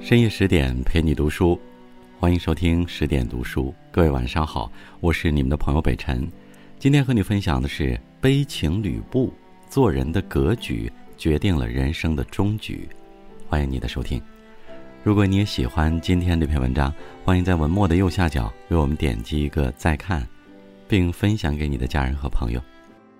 深夜10点陪你读书，欢迎收听10点读书。各位晚上好，我是你们的朋友北辰。今天和你分享的是悲情吕布，做人的格局决定了人生的终局。欢迎你的收听。如果你也喜欢今天这篇文章，欢迎在文末的右下角为我们点击一个再看，并分享给你的家人和朋友。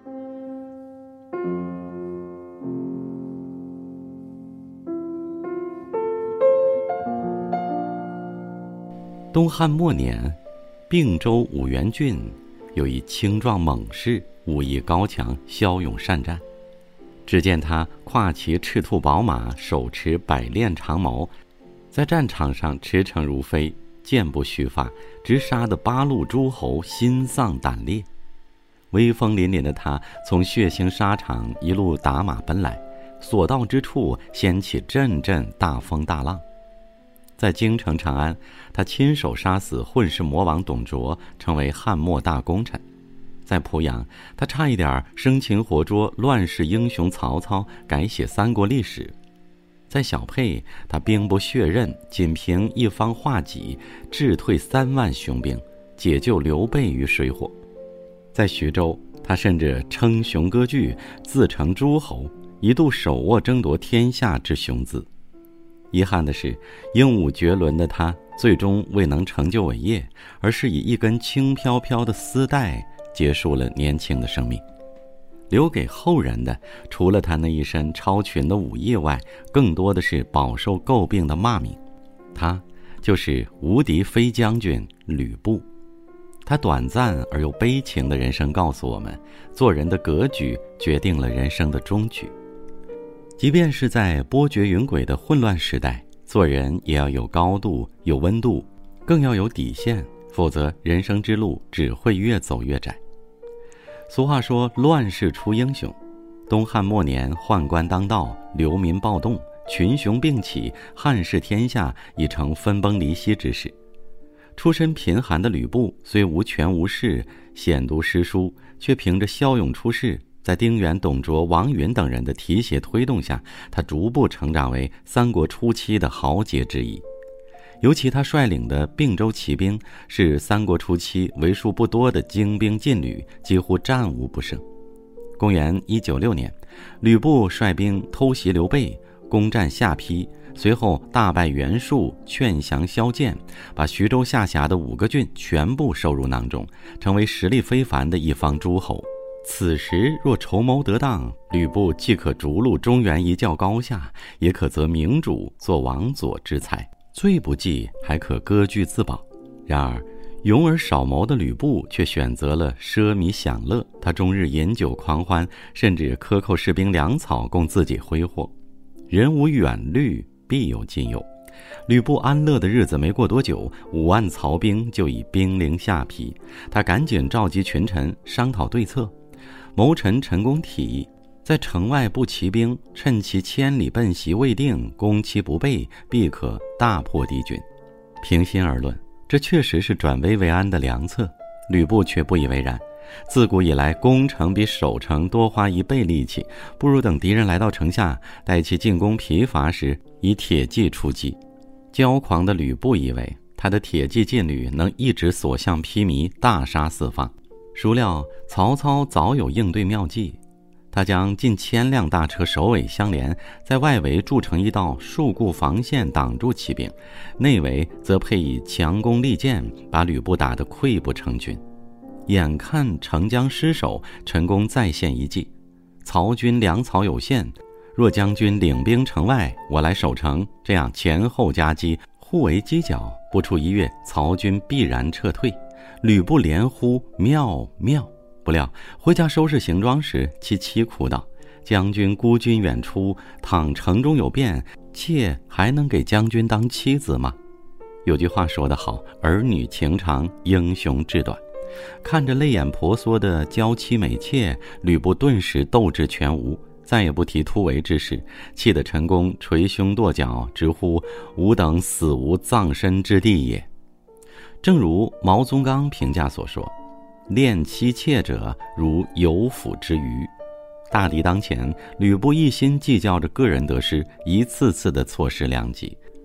东汉末年，并州五原郡有一青壮猛士，武艺高强，骁勇善战。只见他跨骑赤兔宝马，手持百炼长矛，在战场上驰骋如飞，箭不虚发，直杀得八路诸侯心丧胆裂。威风凛凛的他从血腥沙场一路打马奔来，所到之处掀起阵阵大风大浪。在京城长安，他亲手杀死混世魔王董卓，成为汉末大功臣。在濮阳，他差一点生擒活捉乱世英雄曹操，改写三国历史。在小沛，他兵不血刃，仅凭一方画戟，智退3万雄兵，解救刘备于水火。在徐州，他甚至称雄割据，自称诸侯，一度手握争夺天下之雄姿。遗憾的是，英武绝伦的他最终未能成就伟业，而是以一根轻飘飘的丝带结束了年轻的生命。留给后人的，除了他那一身超群的武艺外，更多的是饱受诟病的骂名。他就是无敌飞将军吕布。他短暂而又悲情的人生告诉我们，做人的格局决定了人生的终局。即便是在波谲云诡的混乱时代，做人也要有高度，有温度，更要有底线，否则人生之路只会越走越窄。俗话说，乱世出英雄。东汉末年，宦官当道，流民暴动，群雄并起，汉室天下已成分崩离析之势。出身贫寒的吕布虽无权无势，险读诗书，却凭着骁勇出世。在丁原、董卓、王允等人的提携推动下，他逐步成长为三国初期的豪杰之一。尤其他率领的并州骑兵是三国初期为数不多的精兵劲旅，几乎战无不胜。公元196年，吕布率兵偷袭刘备，攻占下邳，随后大败袁术，劝降萧剑，把徐州下辖的5个郡全部收入囊中，成为实力非凡的一方诸侯。此时若筹谋得当，吕布既可逐鹿中原一较高下，也可择明主做王佐之才，最不济还可割据自保。然而勇而少谋的吕布却选择了奢靡享乐，他终日饮酒狂欢，甚至克扣士兵粮草供自己挥霍。人无远虑，必有近忧。吕布安乐的日子没过多久，5万曹兵就已兵临下邳，他赶紧召集群臣商讨对策。谋臣陈宫提议，在城外布骑兵，趁其千里奔袭未定，攻其不备，必可大破敌军。平心而论，这确实是转危为安的良策。吕布却不以为然。自古以来，攻城比守城多花1倍力气，不如等敌人来到城下，待其进攻疲乏时，以铁骑出击。骄狂的吕布以为他的铁骑劲旅能一直所向披靡，大杀四方。孰料曹操早有应对妙计，他将近1000辆大车首尾相连，在外围筑成一道数固防线，挡住骑兵，内围则配以强弓利箭，把吕布打得溃不成军。眼看城将失守，陈宫再献一计：曹军粮草有限，若将军领兵城外，我来守城，这样前后夹击，互为犄角，不出1月，曹军必然撤退。吕布连呼妙妙，不料回家收拾行装时，其妻哭道：将军孤军远出，倘城中有变，妾还能给将军当妻子吗？有句话说得好，儿女情长，英雄志短。看着泪眼婆娑的娇妻美妾，吕布顿时斗志全无，再也不提突围之事，气得陈宫捶胸跺脚，直呼吾等死无葬身之地也。正如毛宗刚评价所说，恋妻妾者如有腐之鱼。大敌当前，吕布一心计较着个人得失，一次次的错失良机。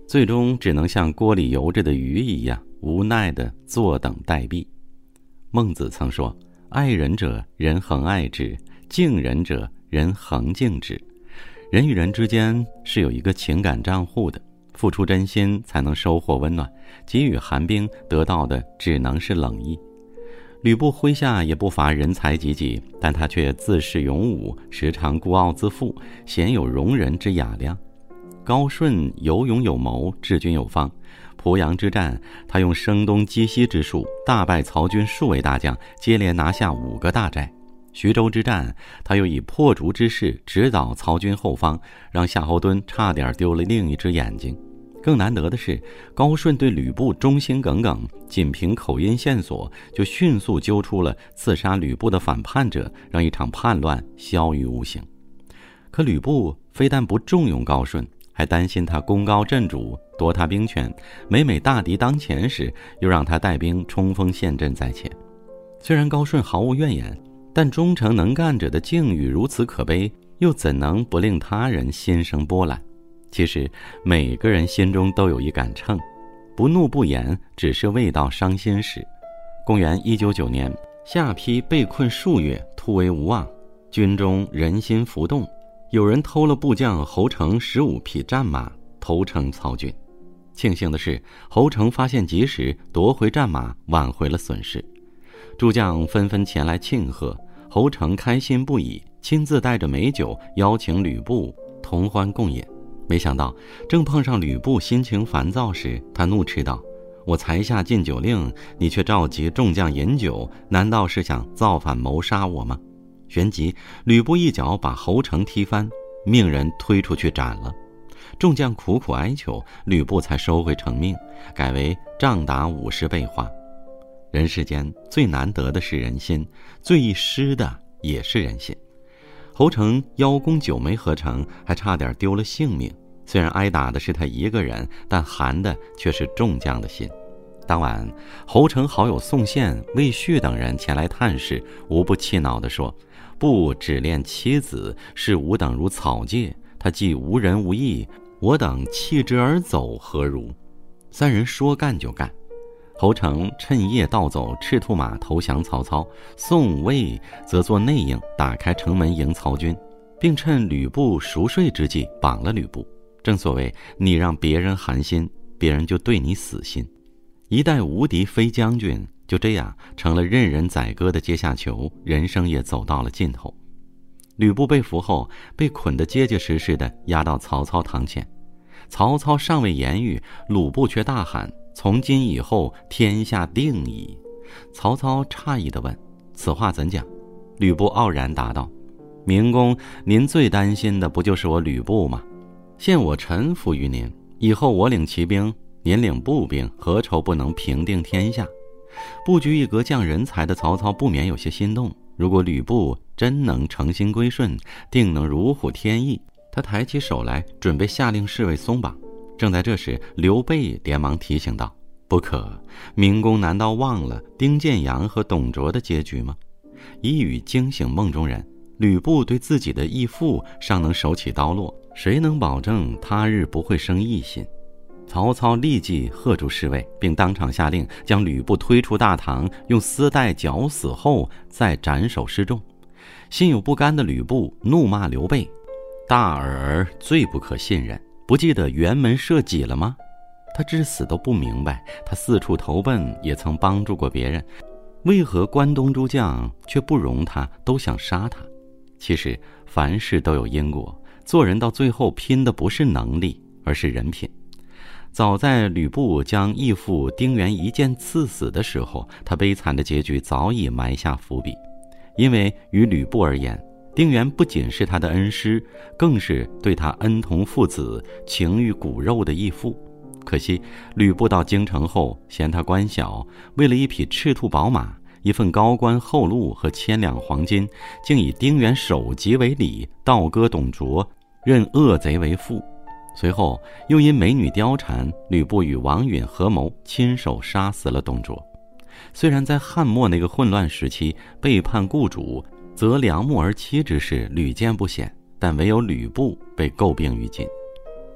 最终只能像锅里游着的鱼一样无奈地坐等待毙。孟子曾说，爱人者，人恒爱之；敬人者，人恒敬之。人与人之间是有一个情感账户的，付出真心才能收获温暖，给予寒冰得到的只能是冷意。吕布麾下也不乏人才济济，但他却自恃勇武，时常孤傲自负，鲜有容人之雅量。高顺有勇有谋，治军有方。濮阳之战，他用声东击西之术大败曹军数位大将，接连拿下5个大寨。徐州之战，他又以破竹之势指导曹军后方，让夏侯惇差点丢了另一只眼睛。更难得的是，高顺对吕布忠心耿耿，仅凭口音线索就迅速揪出了刺杀吕布的反叛者，让一场叛乱消于无形。可吕布非但不重用高顺，还担心他功高震主，夺他兵权，每大敌当前时，又让他带兵冲锋陷阵在前。虽然高顺毫无怨言，但忠诚能干者的境遇如此可悲，又怎能不令他人心生波澜？其实每个人心中都有一杆秤，不怒不言，只是未到伤心时。公元199年，下邳被困数月，突围无望，军中人心浮动，有人偷了部将侯成15匹战马，投诚曹军。庆幸的是，侯成发现及时，夺回战马，挽回了损失。诸将纷纷前来庆贺，侯成开心不已，亲自带着美酒邀请吕布同欢共饮。没想到正碰上吕布心情烦躁时，他怒斥道：我才下禁酒令，你却召集众将饮酒，难道是想造反谋杀我吗？旋即吕布一脚把侯成踢翻，命人推出去斩了。众将苦苦哀求，吕布才收回成命，改为仗打50倍花。人世间最难得的是人心，最易失的也是人心。侯成邀功酒没合成，还差点丢了性命。虽然挨打的是他一个人，但寒的却是众将的心。当晚，侯成好友宋宪、魏续等人前来探视，无不气恼地说：不只恋妻子，视吾等如草芥，他既无仁无义，我等弃之而走何如？三人说干就干。侯成趁夜盗走赤兔马投降曹操，宋魏则做内应，打开城门迎曹军，并趁吕布熟睡之际绑了吕布。正所谓，你让别人寒心，别人就对你死心。一代无敌飞将军就这样成了任人宰割的阶下囚，人生也走到了尽头。吕布被俘后，被捆得结结实实的押到曹操堂前。曹操尚未言语，鲁布却大喊：从今以后，天下定矣。曹操诧异地问：此话怎讲？吕布傲然答道：明公，您最担心的不就是我吕布吗？现我臣服于您，以后我领骑兵，您领步兵，何愁不能平定天下？布局一格降人才的曹操不免有些心动。如果吕布真能诚心归顺，定能如虎添翼。他抬起手来，准备下令侍卫松绑。正在这时，刘备连忙提醒道：不可，明公难道忘了丁建阳和董卓的结局吗？一语惊醒梦中人。吕布对自己的义父尚能手起刀落，谁能保证他日不会生异心？曹操立即喝住侍卫，并当场下令将吕布推出大堂，用丝带绞死后再斩首示众。心有不甘的吕布怒骂刘备：大耳最不可信任，不记得辕门射戟了吗？他至死都不明白，他四处投奔，也曾帮助过别人，为何关东诸将却不容他，都想杀他？其实凡事都有因果，做人到最后拼的不是能力，而是人品。早在吕布将义父丁原一剑刺死的时候，他悲惨的结局早已埋下伏笔。因为于吕布而言，丁原不仅是他的恩师，更是对他恩同父子、情与骨肉的义父。可惜吕布到京城后嫌他官小，为了一匹赤兔宝马、一份高官厚禄和1000两黄金，竟以丁原首级为礼，倒戈董卓，认恶贼为父。随后又因美女貂蝉，吕布与王允合谋，亲手杀死了董卓。虽然在汉末那个混乱时期，背叛雇主、择良木而妻之事屡见不鲜，但唯有吕布被诟病于今。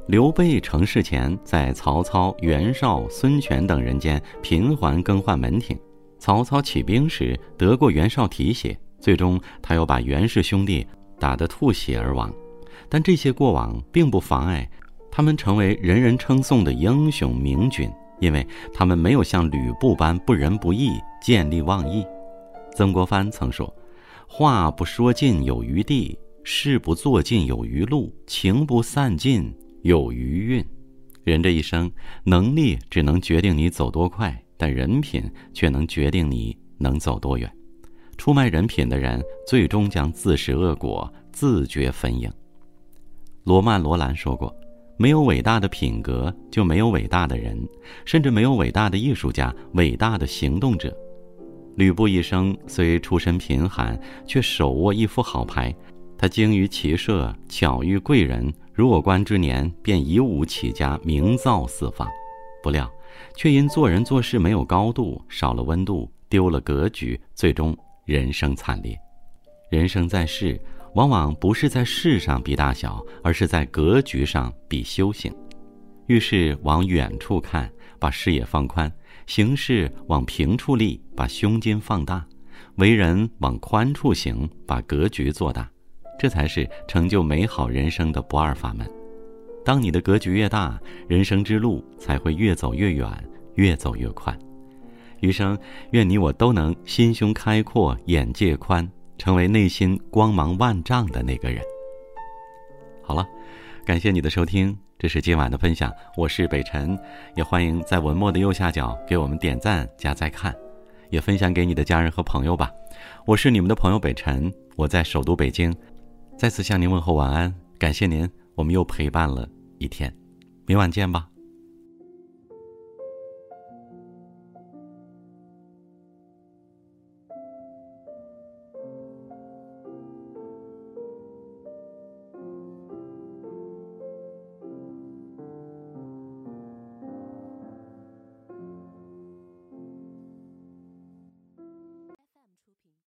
刘备成事前，在曹操、袁绍、孙权等人间频繁更换门庭。曹操起兵时得过袁绍提携，最终他又把袁氏兄弟打得吐血而亡。但这些过往并不妨碍他们成为人人称颂的英雄明君，因为他们没有像吕布般不仁不义、见利忘义。曾国藩曾说：话不说尽有余地，事不做尽有余路，情不散尽有余韵。人这一生，能力只能决定你走多快，但人品却能决定你能走多远。出卖人品的人，最终将自食恶果，自掘坟茔。罗曼·罗兰说过，没有伟大的品格，就没有伟大的人，甚至没有伟大的艺术家、伟大的行动者。吕布一生虽出身贫寒，却手握一副好牌。他精于骑射，巧遇贵人，弱冠之年便以武起家，名噪四方。不料却因做人做事没有高度，少了温度，丢了格局，最终人生惨烈。人生在世，往往不是在事上比大小，而是在格局上比修行。遇事往远处看，把视野放宽；行事往平处立，把胸襟放大；为人往宽处行，把格局做大。这才是成就美好人生的不二法门。当你的格局越大，人生之路才会越走越远，越走越宽。余生愿你我都能心胸开阔，眼界宽，成为内心光芒万丈的那个人。好了，感谢你的收听，这是今晚的分享，我是北辰，也欢迎在文末的右下角给我们点赞加再看，也分享给你的家人和朋友吧。我是你们的朋友北辰，我在首都北京，再次向您问候晚安，感谢您，我们又陪伴了一天，明晚见吧。